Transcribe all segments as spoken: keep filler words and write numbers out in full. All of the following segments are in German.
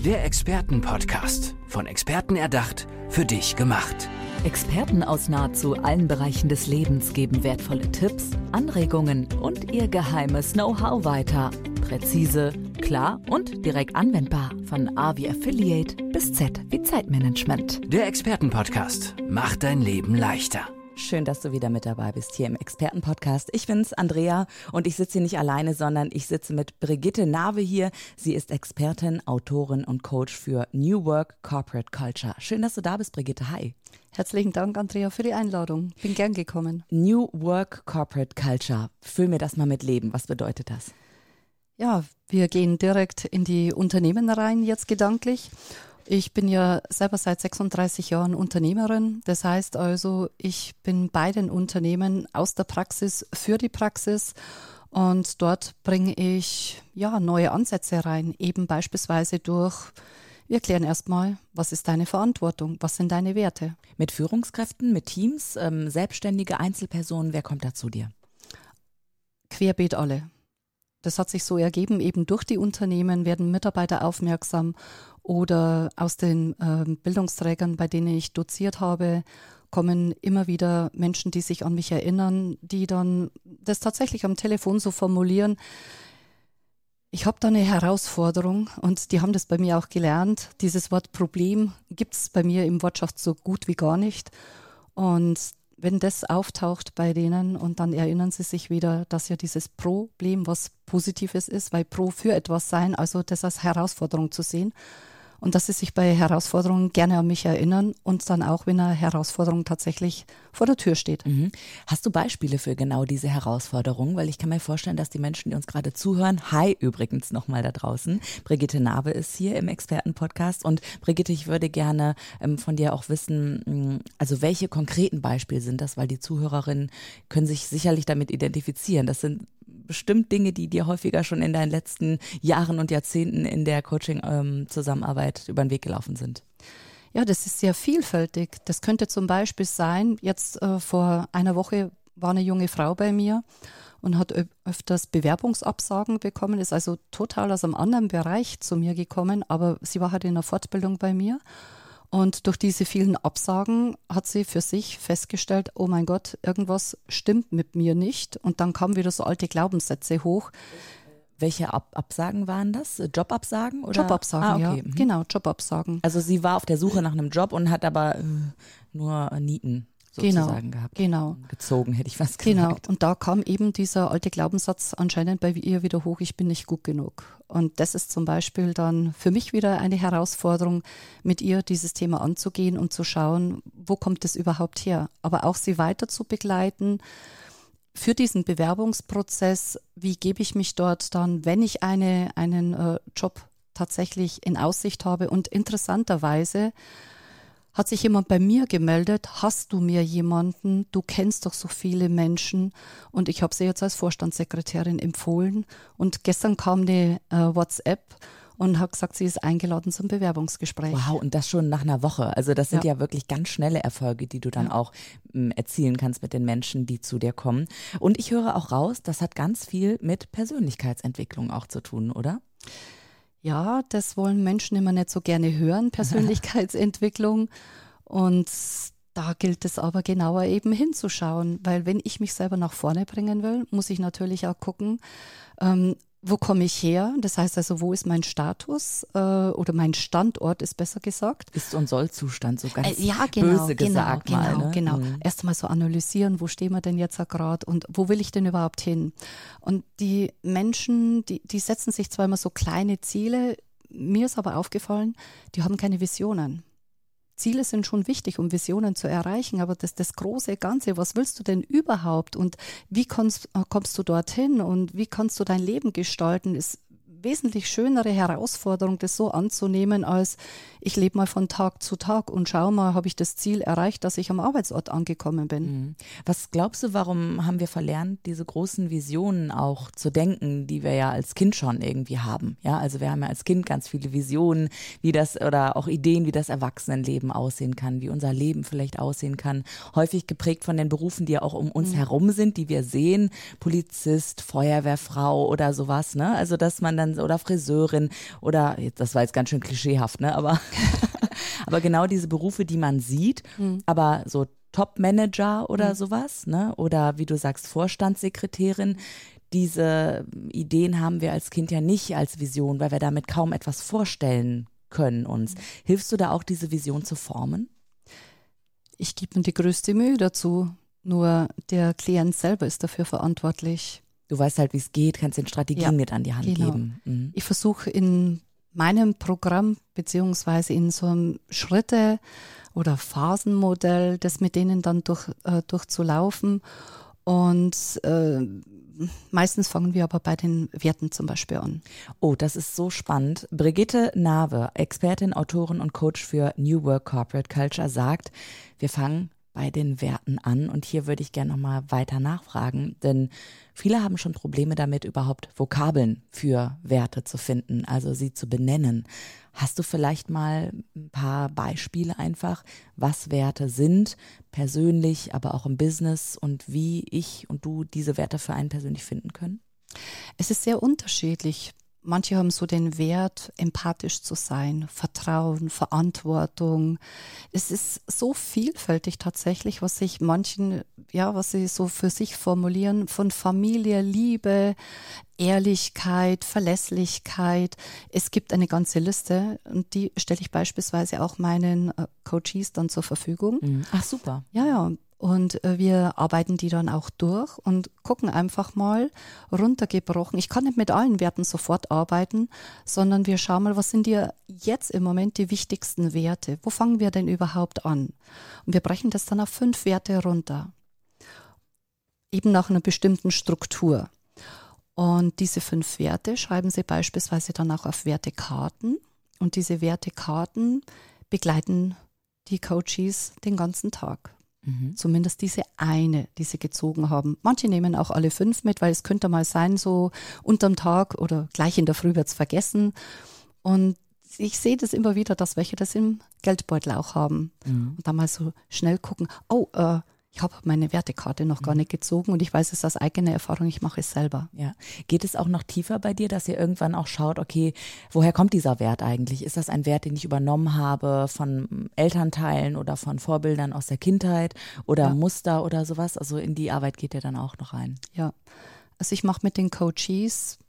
Der Expertenpodcast. Von Experten erdacht, für dich gemacht. Experten aus nahezu allen Bereichen des Lebens geben wertvolle Tipps, Anregungen und ihr geheimes Know-how weiter. Präzise, klar und direkt anwendbar. Von A wie Affiliate bis Z wie Zeitmanagement. Der Expertenpodcast macht dein Leben leichter. Schön, dass du wieder mit dabei bist hier im Expertenpodcast. Ich bin's, Andrea, und ich sitze hier nicht alleine, sondern ich sitze mit Brigitte Nawe hier. Sie ist Expertin, Autorin und Coach für New Work Corporate Culture. Schön, dass du da bist, Brigitte. Hi. Herzlichen Dank, Andrea, für die Einladung. Bin gern gekommen. New Work Corporate Culture. Füll mir das mal mit Leben. Was bedeutet das? Ja, wir gehen direkt in die Unternehmen rein jetzt gedanklich. Ich bin ja selber seit sechsunddreißig Jahren Unternehmerin. Das heißt also, ich bin bei den Unternehmen aus der Praxis für die Praxis und dort bringe ich ja neue Ansätze rein, eben beispielsweise durch, wir klären erstmal, was ist deine Verantwortung, was sind deine Werte. Mit Führungskräften, mit Teams, ähm, Selbstständige, Einzelpersonen, wer kommt da zu dir? Querbeet alle. Das hat sich so ergeben, eben durch die Unternehmen werden Mitarbeiter aufmerksam oder aus den äh, Bildungsträgern, bei denen ich doziert habe, kommen immer wieder Menschen, die sich an mich erinnern, die dann das tatsächlich am Telefon so formulieren. Ich habe da eine Herausforderung und die haben das bei mir auch gelernt. Dieses Wort Problem gibt es bei mir im Wortschatz so gut wie gar nicht. Und wenn das auftaucht bei denen und dann erinnern sie sich wieder, dass ja dieses Problem was Positives ist, weil Pro für etwas sein, also das als Herausforderung zu sehen und dass sie sich bei Herausforderungen gerne an mich erinnern und dann auch, wenn eine Herausforderung tatsächlich vor der Tür steht. Mhm. Hast du Beispiele für genau diese Herausforderungen? Weil ich kann mir vorstellen, dass die Menschen, die uns gerade zuhören, hi übrigens nochmal da draußen, Brigitte Nawe ist hier im Expertenpodcast und Brigitte, ich würde gerne ähm, von dir auch wissen, mh, also welche konkreten Beispiele sind das, weil die Zuhörerinnen können sich sicherlich damit identifizieren. Das sind bestimmt Dinge, die dir häufiger schon in deinen letzten Jahren und Jahrzehnten in der Coaching-Zusammenarbeit ähm, über den Weg gelaufen sind. Ja, das ist sehr vielfältig. Das könnte zum Beispiel sein, jetzt äh, vor einer Woche war eine junge Frau bei mir und hat öf- öfters Bewerbungsabsagen bekommen, ist also total aus einem anderen Bereich zu mir gekommen, aber sie war halt in einer Fortbildung bei mir. Und durch diese vielen Absagen hat sie für sich festgestellt, oh mein Gott, irgendwas stimmt mit mir nicht. Und dann kamen wieder so alte Glaubenssätze hoch. Welche Ab- Absagen waren das? Jobabsagen? Oder? Jobabsagen, ah, okay. ja. Mhm. Genau, Jobabsagen. Also sie war auf der Suche nach einem Job und hat aber äh, nur Nieten sozusagen genau, gehabt. Genau. Gezogen, hätte ich fast Genau. gesagt. Und da kam eben dieser alte Glaubenssatz anscheinend bei ihr wieder hoch, ich bin nicht gut genug. Und das ist zum Beispiel dann für mich wieder eine Herausforderung, mit ihr dieses Thema anzugehen und zu schauen, wo kommt es überhaupt her? Aber auch sie weiter zu begleiten für diesen Bewerbungsprozess. Wie gebe ich mich dort dann, wenn ich eine, einen äh, Job tatsächlich in Aussicht habe? Und interessanterweise hat sich jemand bei mir gemeldet, hast du mir jemanden, du kennst doch so viele Menschen und ich habe sie jetzt als Vorstandssekretärin empfohlen und gestern kam eine äh, WhatsApp und hat gesagt, sie ist eingeladen zum Bewerbungsgespräch. Wow, und das schon nach einer Woche. Also das sind ja, ja wirklich ganz schnelle Erfolge, die du dann ja. auch m, erzielen kannst mit den Menschen, die zu dir kommen. Und ich höre auch raus, das hat ganz viel mit Persönlichkeitsentwicklung auch zu tun, oder? Ja, das wollen Menschen immer nicht so gerne hören, Persönlichkeitsentwicklung. Und da gilt es aber genauer eben hinzuschauen, weil wenn ich mich selber nach vorne bringen will, muss ich natürlich auch gucken, ähm, wo komme ich her? Das heißt also, wo ist mein Status äh, oder mein Standort ist besser gesagt. Ist- und Soll-Zustand, so ganz äh, ja, genau, böse genau, gesagt genau, mal. Ne? Genau, Mhm. erst mal so analysieren, wo stehen wir denn jetzt gerade und wo will ich denn überhaupt hin? Und die Menschen, die, die setzen sich zwar immer so kleine Ziele, mir ist aber aufgefallen, die haben keine Visionen. Ziele sind schon wichtig, um Visionen zu erreichen, aber das, das große Ganze, was willst du denn überhaupt und wie kommst, kommst du dorthin und wie kannst du dein Leben gestalten, ist wesentlich schönere Herausforderung, das so anzunehmen, als ich lebe mal von Tag zu Tag und schau mal, habe ich das Ziel erreicht, dass ich am Arbeitsort angekommen bin. Was glaubst du, warum haben wir verlernt, diese großen Visionen auch zu denken, die wir ja als Kind schon irgendwie haben? Ja, also wir haben ja als Kind ganz viele Visionen, wie das oder auch Ideen, wie das Erwachsenenleben aussehen kann, wie unser Leben vielleicht aussehen kann. Häufig geprägt von den Berufen, die ja auch um uns mhm. herum sind, die wir sehen, Polizist, Feuerwehrfrau oder sowas, ne? Also dass man dann Hänse oder Friseurin oder, das war jetzt ganz schön klischeehaft, ne, aber, aber genau diese Berufe, die man sieht, mhm. aber so Top-Manager oder mhm. sowas, ne, oder wie du sagst, Vorstandssekretärin, diese Ideen haben wir als Kind ja nicht als Vision, weil wir damit kaum etwas vorstellen können uns. Mhm. Hilfst du da auch, diese Vision zu formen? Ich gebe mir die größte Mühe dazu, nur der Klient selber ist dafür verantwortlich. Du weißt halt, wie es geht, kannst den Strategien ja, mit an die Hand genau. geben. Mhm. Ich versuche in meinem Programm beziehungsweise in so einem Schritte- oder Phasenmodell, das mit denen dann durch, äh, durchzulaufen. Und äh, meistens fangen wir aber bei den Werten zum Beispiel an. Oh, das ist so spannend. Brigitte Nawe, Expertin, Autorin und Coach für New Work Corporate Culture, sagt, wir fangen bei den Werten an. Und hier würde ich gerne nochmal weiter nachfragen, denn viele haben schon Probleme damit, überhaupt Vokabeln für Werte zu finden, also sie zu benennen. Hast du vielleicht mal ein paar Beispiele einfach, was Werte sind, persönlich, aber auch im Business und wie ich und du diese Werte für einen persönlich finden können? Es ist sehr unterschiedlich. Manche haben so den Wert, empathisch zu sein, Vertrauen, Verantwortung. Es ist so vielfältig tatsächlich, was sich manchen, ja, was sie so für sich formulieren, von Familie, Liebe, Ehrlichkeit, Verlässlichkeit. Es gibt eine ganze Liste und die stelle ich beispielsweise auch meinen äh, Coaches dann zur Verfügung. Ach, super. Ja, ja. Und äh, wir arbeiten die dann auch durch und gucken einfach mal runtergebrochen. Ich kann nicht mit allen Werten sofort arbeiten, sondern wir schauen mal, was sind dir jetzt im Moment die wichtigsten Werte? Wo fangen wir denn überhaupt an? Und wir brechen das dann auf fünf Werte runter. Eben nach einer bestimmten Struktur. Und diese fünf Werte schreiben Sie beispielsweise dann auch auf Wertekarten. Und diese Wertekarten begleiten die Coaches den ganzen Tag. Mhm. Zumindest diese eine, die sie gezogen haben. Manche nehmen auch alle fünf mit, weil es könnte mal sein, so unterm Tag oder gleich in der Früh wird es vergessen. Und ich sehe das immer wieder, dass welche das im Geldbeutel auch haben. Mhm. Und dann mal so schnell gucken, oh, äh, ich habe meine Wertekarte noch gar nicht gezogen und ich weiß es aus eigener Erfahrung, ich mache es selber. Ja. Geht es auch noch tiefer bei dir, dass ihr irgendwann auch schaut, okay, woher kommt dieser Wert eigentlich? Ist das ein Wert, den ich übernommen habe von Elternteilen oder von Vorbildern aus der Kindheit oder ja. Muster oder sowas? Also in die Arbeit geht ihr dann auch noch rein? Ja, also ich mache mit den Coaches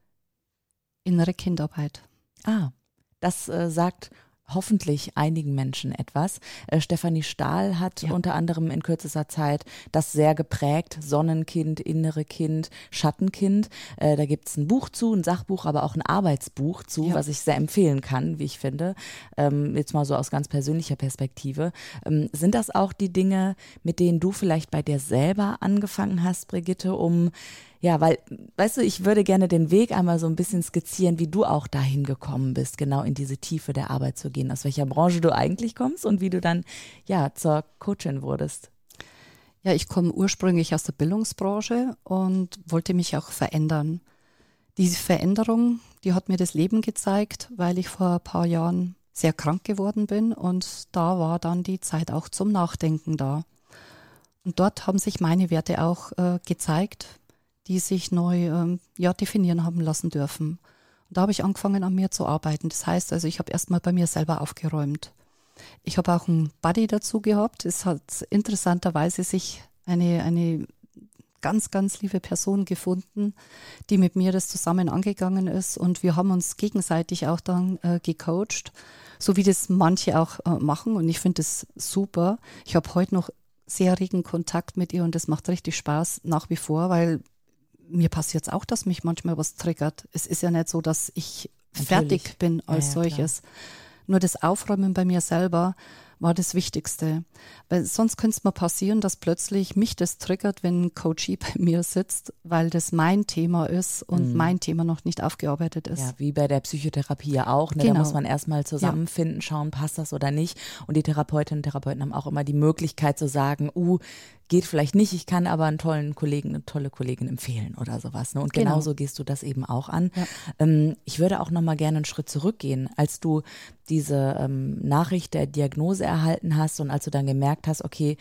innere Kindarbeit. Ah, das äh, sagt hoffentlich einigen Menschen etwas. Äh, Stefanie Stahl hat ja. unter anderem in kürzester Zeit das sehr geprägt, Sonnenkind, innere Kind, Schattenkind. Äh, da gibt es ein Buch zu, ein Sachbuch, aber auch ein Arbeitsbuch zu, ja. was ich sehr empfehlen kann, wie ich finde. Ähm, jetzt mal so aus ganz persönlicher Perspektive. Ähm, sind das auch die Dinge, mit denen du vielleicht bei dir selber angefangen hast, Brigitte, um ja, weil, weißt du, ich würde gerne den Weg einmal so ein bisschen skizzieren, wie du auch dahin gekommen bist, genau in diese Tiefe der Arbeit zu gehen, aus welcher Branche du eigentlich kommst und wie du dann, ja, zur Coachin wurdest. Ja, ich komme ursprünglich aus der Bildungsbranche und wollte mich auch verändern. Diese Veränderung, die hat mir das Leben gezeigt, weil ich vor ein paar Jahren sehr krank geworden bin und da war dann die Zeit auch zum Nachdenken da. Und dort haben sich meine Werte auch äh, gezeigt, die sich neu ähm, ja, definieren haben lassen dürfen. Und da habe ich angefangen, an mir zu arbeiten. Das heißt, also ich habe erstmal bei mir selber aufgeräumt. Ich habe auch einen Buddy dazu gehabt. Es hat interessanterweise sich eine, eine ganz, ganz liebe Person gefunden, die mit mir das zusammen angegangen ist. Und wir haben uns gegenseitig auch dann äh, gecoacht, so wie das manche auch äh, machen. Und ich finde das super. Ich habe heute noch sehr regen Kontakt mit ihr und das macht richtig Spaß nach wie vor, weil mir passiert es auch, dass mich manchmal was triggert. Es ist ja nicht so, dass ich Natürlich. fertig bin als ja, ja, solches. Klar. Nur das Aufräumen bei mir selber war das Wichtigste. Weil sonst könnte es mal passieren, dass plötzlich mich das triggert, wenn ein Coachie bei mir sitzt, weil das mein Thema ist und mhm. mein Thema noch nicht aufgearbeitet ist. Ja, wie bei der Psychotherapie ja auch. Ne? Genau. Da muss man erstmal zusammenfinden, ja. schauen, passt das oder nicht. Und die Therapeutinnen und Therapeuten haben auch immer die Möglichkeit zu sagen, uh, geht vielleicht nicht, ich kann aber einen tollen Kollegen, eine tolle Kollegin empfehlen oder sowas. Ne? Und genau. genauso gehst du das eben auch an. Ja. Ähm, ich würde auch noch mal gerne einen Schritt zurückgehen, als du diese ähm, Nachricht der Diagnose erhalten hast und als du dann gemerkt hast, okay,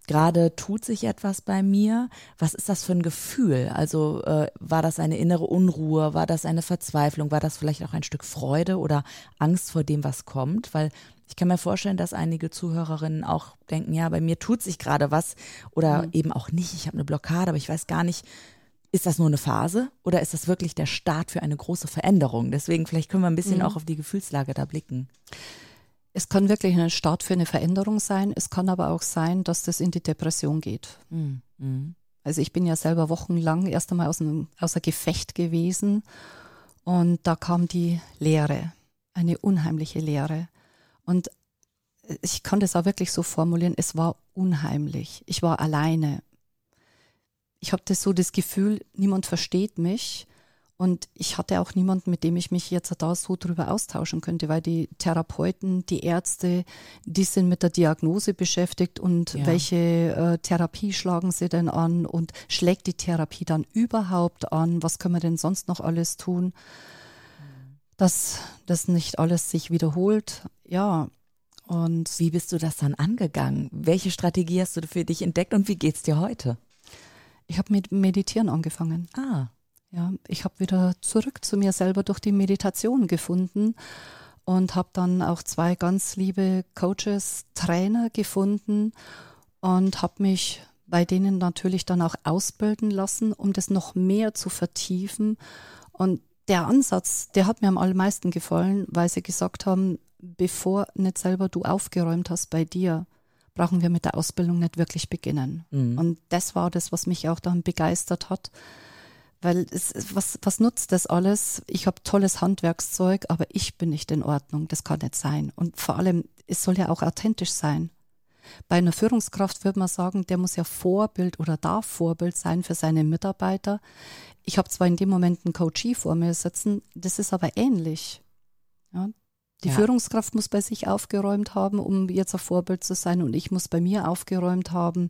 gerade tut sich etwas bei mir. Was ist das für ein Gefühl? Also äh, war das eine innere Unruhe? War das eine Verzweiflung? War das vielleicht auch ein Stück Freude oder Angst vor dem, was kommt? Weil ich kann mir vorstellen, dass einige Zuhörerinnen auch denken, ja, bei mir tut sich gerade was oder mhm. eben auch nicht. Ich habe eine Blockade, aber ich weiß gar nicht, ist das nur eine Phase oder ist das wirklich der Start für eine große Veränderung? Deswegen vielleicht können wir ein bisschen mhm. auch auf die Gefühlslage da blicken. Es kann wirklich ein Start für eine Veränderung sein. Es kann aber auch sein, dass das in die Depression geht. Mhm. Also ich bin ja selber wochenlang erst einmal aus einem, außer Gefecht gewesen und da kam die Leere, eine unheimliche Leere. Und ich kann das auch wirklich so formulieren, es war unheimlich. Ich war alleine. Ich habe das so das Gefühl, niemand versteht mich. Und ich hatte auch niemanden, mit dem ich mich jetzt da so drüber austauschen könnte, weil die Therapeuten, die Ärzte, die sind mit der Diagnose beschäftigt und ja. welche äh, Therapie schlagen sie denn an und schlägt die Therapie dann überhaupt an? Was können wir denn sonst noch alles tun? Dass das nicht alles sich wiederholt, ja. Und wie bist du das dann angegangen? Welche Strategie hast du für dich entdeckt und wie geht's dir heute? Ich habe mit Meditieren angefangen. Ah. Ja, ich habe wieder zurück zu mir selber durch die Meditation gefunden und habe dann auch zwei ganz liebe Coaches, Trainer gefunden und habe mich bei denen natürlich dann auch ausbilden lassen, um das noch mehr zu vertiefen. Und der Ansatz, der hat mir am allermeisten gefallen, weil sie gesagt haben, bevor nicht selber du aufgeräumt hast bei dir, brauchen wir mit der Ausbildung nicht wirklich beginnen. Mhm. Und das war das, was mich auch dann begeistert hat. Weil es, was, was nutzt das alles? Ich habe tolles Handwerkszeug, aber ich bin nicht in Ordnung. Das kann nicht sein. Und vor allem, es soll ja auch authentisch sein. Bei einer Führungskraft würde man sagen, der muss ja Vorbild oder darf Vorbild sein für seine Mitarbeiter. Ich habe zwar in dem Moment einen Coachee vor mir sitzen, das ist aber ähnlich. Ja, die ja. Führungskraft muss bei sich aufgeräumt haben, um jetzt ein Vorbild zu sein, und ich muss bei mir aufgeräumt haben,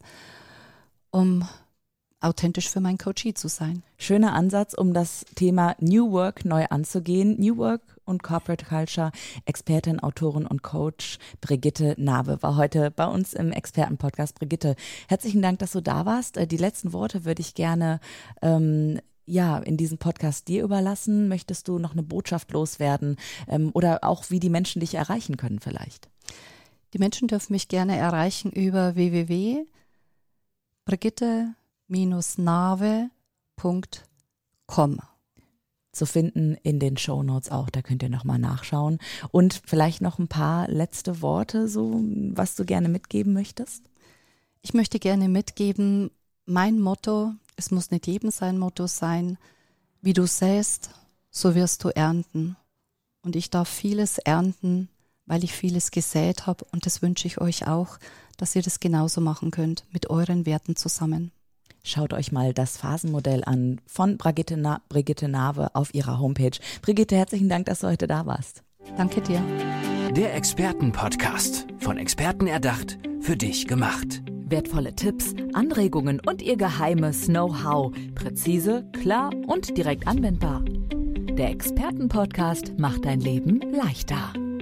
um authentisch für meinen Coachee zu sein. Schöner Ansatz, um das Thema New Work neu anzugehen. New Work und Corporate Culture, Expertin, Autorin und Coach Brigitte Nabe war heute bei uns im Expertenpodcast. Brigitte, herzlichen Dank, dass du da warst. Die letzten Worte würde ich gerne ähm, ja in diesem Podcast dir überlassen. Möchtest du noch eine Botschaft loswerden ähm, oder auch wie die Menschen dich erreichen können vielleicht? Die Menschen dürfen mich gerne erreichen über w w w punkt brigitte nabe punkt com. Zu finden in den Shownotes auch, da könnt ihr nochmal nachschauen. Und vielleicht noch ein paar letzte Worte, so was du gerne mitgeben möchtest? Ich möchte gerne mitgeben, mein Motto, es muss nicht jedem sein Motto sein, wie du säst, so wirst du ernten. Und ich darf vieles ernten, weil ich vieles gesät habe, und das wünsche ich euch auch, dass ihr das genauso machen könnt, mit euren Werten zusammen. Schaut euch mal das Phasenmodell an von Brigitte, Na- Brigitte Nabe auf ihrer Homepage. Brigitte, herzlichen Dank, dass du heute da warst. Danke dir. Der Expertenpodcast, von Experten erdacht, für dich gemacht. Wertvolle Tipps, Anregungen und ihr geheimes Know-how. Präzise, klar und direkt anwendbar. Der Expertenpodcast macht dein Leben leichter.